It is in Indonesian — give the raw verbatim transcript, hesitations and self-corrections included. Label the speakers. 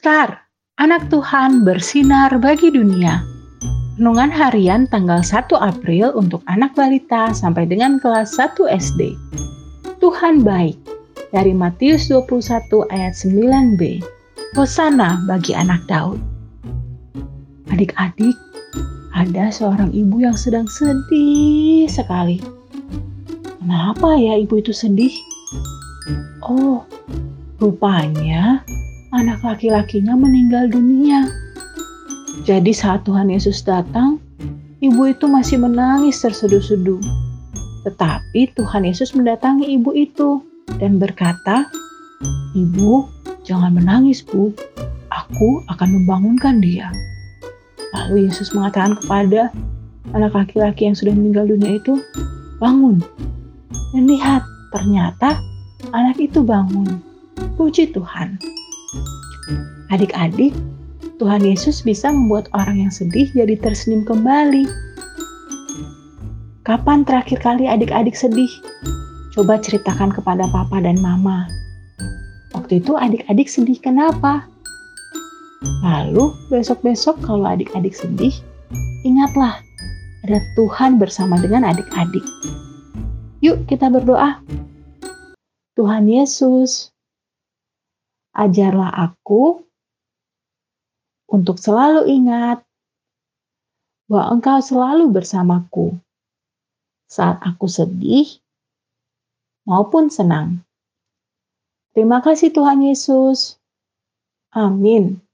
Speaker 1: Star, anak Tuhan bersinar bagi dunia. Renungan harian tanggal satu April untuk anak balita sampai dengan kelas satu S D. Tuhan baik, dari Matius dua puluh satu ayat sembilan b. Hosana bagi anak Daud. Adik-adik, ada seorang ibu yang sedang sedih sekali. Kenapa ya ibu itu sedih? Oh, rupanya anak laki-lakinya meninggal dunia. Jadi saat Tuhan Yesus datang, ibu itu masih menangis terseduh-seduh. Tetapi Tuhan Yesus mendatangi ibu itu dan berkata, "Ibu, jangan menangis, Bu. Aku akan membangunkan dia." Lalu Yesus mengatakan kepada anak laki-laki yang sudah meninggal dunia itu, "Bangun." Dan lihat, ternyata anak itu bangun. Puji Tuhan. Adik-adik, Tuhan Yesus bisa membuat orang yang sedih jadi tersenyum kembali. Kapan terakhir kali adik-adik sedih? Coba ceritakan kepada papa dan mama. Waktu itu adik-adik sedih kenapa? Lalu besok-besok kalau adik-adik sedih, ingatlah ada Tuhan bersama dengan adik-adik. Yuk kita berdoa. Tuhan Yesus, ajarlah aku untuk selalu ingat bahwa Engkau selalu bersamaku saat aku sedih maupun senang. Terima kasih Tuhan Yesus. Amin.